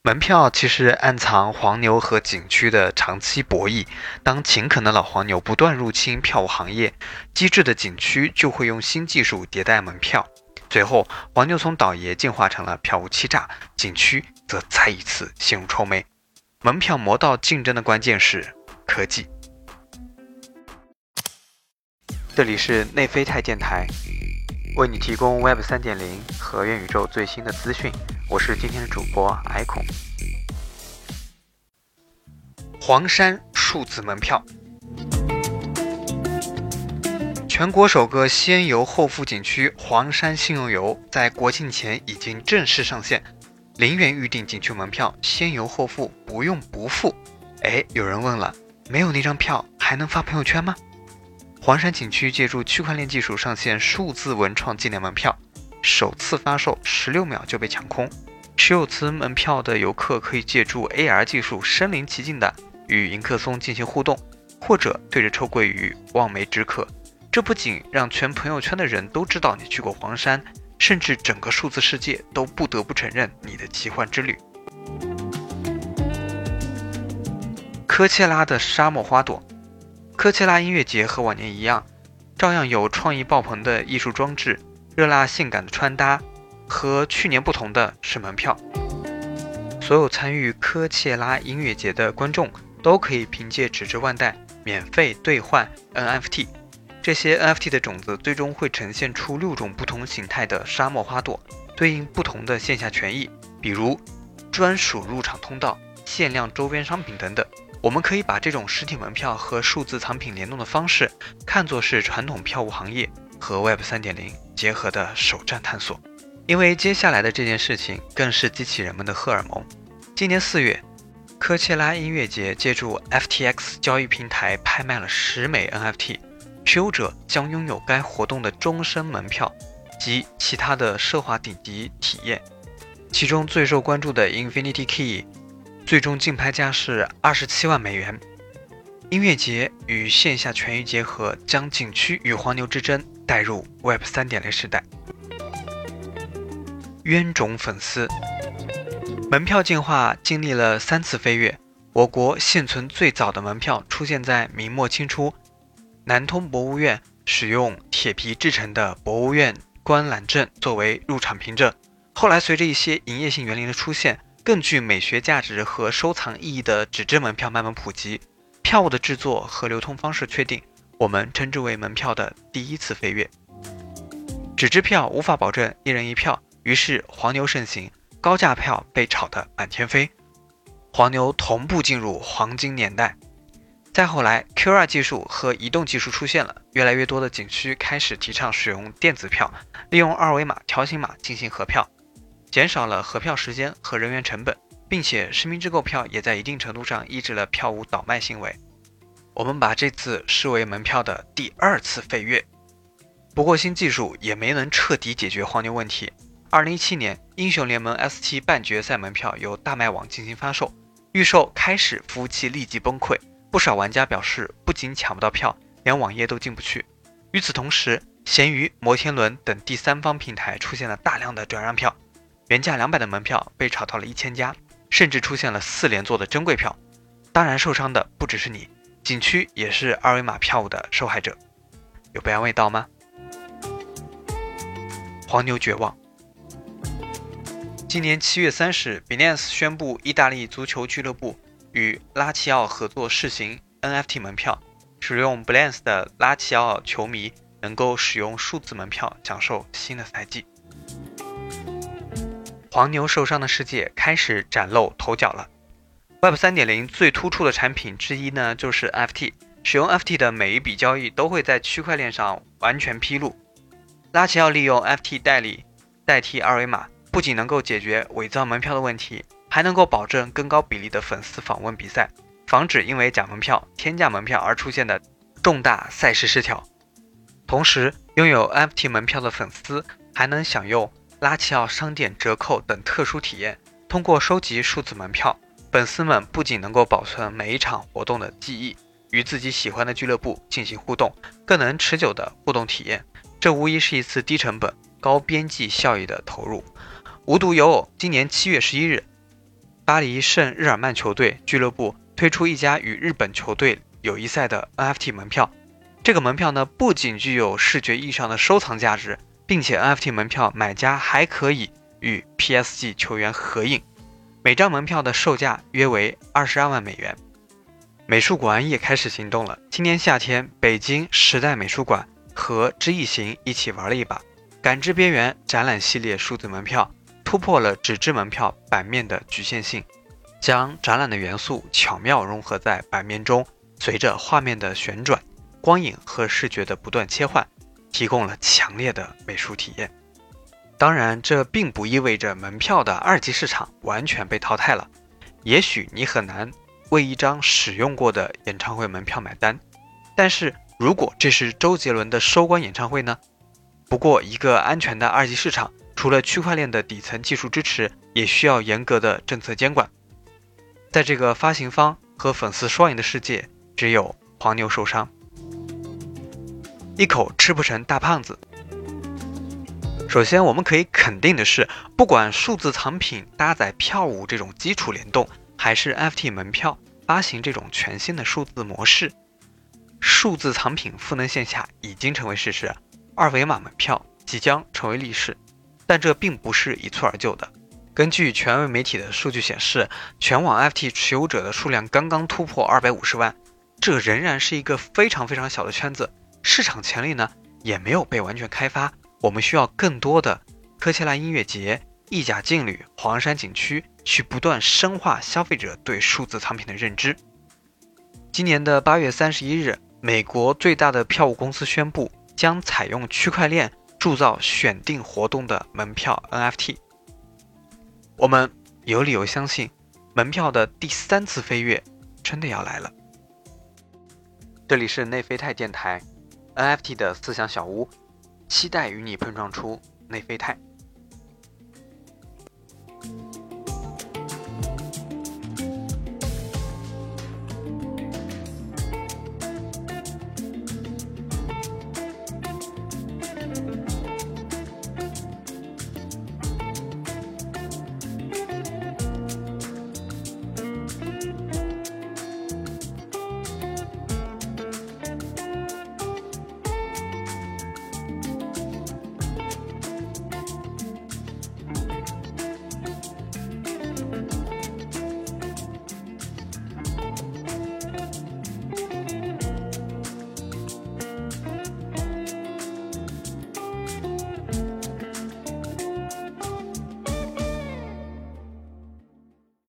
门票其实暗藏黄牛和景区的长期博弈。当勤恳的老黄牛不断入侵票务行业，机智的景区就会用新技术迭代门票。最后，黄牛从倒爷进化成了票务欺诈，景区则再一次陷入臭美。门票魔道竞争的关键是科技。这里是内啡肽电台，为你提供 Web 3.0和元宇宙最新的资讯。我是今天的主播艾孔。黄山数字门票，全国首个先游后付景区黄山信用游在国庆前已经正式上线，0元预订景区门票，先游后付，不用不付。有人问了，没有那张票还能发朋友圈吗？黄山景区借助区块链技术上线数字文创纪念门票，首次发售16秒就被抢空。持有此门票的游客可以借助 AR 技术身临其境的与迎客松进行互动，或者对着臭鳜鱼望梅止渴。这不仅让全朋友圈的人都知道你去过黄山，甚至整个数字世界都不得不承认你的奇幻之旅。科切拉的沙漠花朵，科切拉音乐节和往年一样，照样有创意爆棚的艺术装置、热辣性感的穿搭，和去年不同的是门票。所有参与科切拉音乐节的观众都可以凭借纸质腕带免费兑换 NFT， 这些 NFT 的种子最终会呈现出6种不同形态的沙漠花朵，对应不同的线下权益，比如专属入场通道、限量周边商品等等。我们可以把这种实体门票和数字藏品联动的方式看作是传统票务行业和 Web 3.0 结合的首站探索。因为接下来的这件事情更是激起人们的荷尔蒙。今年4月，科切拉音乐节借助 FTX 交易平台拍卖了10枚 NFT， 持有者将拥有该活动的终身门票及其他的奢华顶级体验。其中最受关注的 Infinity Key 最终竞拍价是27万美元。音乐节与线下权益结合，将景区与黄牛之争带入 Web 3.0 时代。冤种粉丝，门票进化经历了3次飞跃。我国现存最早的门票出现在明末清初，南通博物院使用铁皮制成的博物院观览证作为入场凭证。后来随着一些营业性园林的出现，更具美学价值和收藏意义的纸质门票慢慢普及，票务的制作和流通方式确定，我们称之为门票的第1次飞跃。纸质票无法保证一人一票，于是黄牛盛行，高价票被炒得满天飞，黄牛同步进入黄金年代。再后来 QR 技术和移动技术出现了，越来越多的景区开始提倡使用电子票，利用二维码、条形码进行核票，减少了核票时间和人员成本，并且实名制购票也在一定程度上抑制了票务倒卖行为。我们把这次视为门票的第2次飞跃。不过新技术也没能彻底解决黄牛问题。2017年，英雄联盟 S7 半决赛门票由大麦网进行发售，预售开始，服务器立即崩溃，不少玩家表示不仅抢不到票，连网页都进不去。与此同时，闲鱼、摩天轮等第三方平台出现了大量的转让票，原价200的门票被炒到了1000家，甚至出现了4连坐的珍贵票。当然受伤的不只是你，景区也是二维码票务的受害者。有被安慰到吗？黄牛绝望。今年7月30日 Binance 宣布意大利足球俱乐部与拉齐奥合作试行 NFT 门票，使用 Binance 的拉齐奥球迷能够使用数字门票享受新的赛季。黄牛受伤的世界开始崭露头角了。Web 3.0 最突出的产品之一呢，就是 NFT。使用 NFT 的每一笔交易都会在区块链上完全披露。拉齐奥利用 NFT 代替二维码，不仅能够解决伪造门票的问题，还能够保证更高比例的粉丝访问比赛，防止因为假门票、天价门票而出现的重大赛事失调。同时，拥有 NFT 门票的粉丝还能享用拉齐奥商店折扣等特殊体验。通过收集数字门票，粉丝们不仅能够保存每一场活动的记忆，与自己喜欢的俱乐部进行互动，更能持久的互动体验。这无疑是一次低成本、高边际效益的投入。无独有偶，今年7月11日巴黎圣日耳曼球队俱乐部推出一家与日本球队友谊赛的 NFT 门票。这个门票呢，不仅具有视觉意义上的收藏价值，并且 NFT 门票买家还可以与 PSG 球员合影。每张门票的售价约为22万美元。美术馆也开始行动了。今年夏天，北京时代美术馆和知易行一起玩了一把感知边缘展览系列数字门票，突破了纸质门票版面的局限性，将展览的元素巧妙融合在版面中，随着画面的旋转、光影和视觉的不断切换，提供了强烈的美术体验。当然，这并不意味着门票的二级市场完全被淘汰了。也许你很难为一张使用过的演唱会门票买单，但是如果这是周杰伦的收官演唱会呢？不过，一个安全的二级市场，除了区块链的底层技术支持，也需要严格的政策监管。在这个发行方和粉丝双赢的世界，只有黄牛受伤。一口吃不成大胖子。首先，我们可以肯定的是，不管数字藏品搭载票务这种基础联动，还是 NFT 门票发行这种全新的数字模式，数字藏品赋能线下已经成为事实，二维码门票即将成为历史。但这并不是一蹴而就的。根据权威媒体的数据显示，全网 NFT 持有者的数量刚刚突破250万，这仍然是一个非常非常小的圈子，市场潜力呢也没有被完全开发。我们需要更多的科切拉音乐节、意甲劲旅、黄山景区去不断深化消费者对数字藏品的认知。今年的8月31日，美国最大的票务公司宣布将采用区块链铸造选定活动的门票 NFT。 我们有理由相信，门票的第3次飞跃真的要来了。这里是内啡肽电台 NFT 的思想小屋，期待与你碰撞出内啡肽。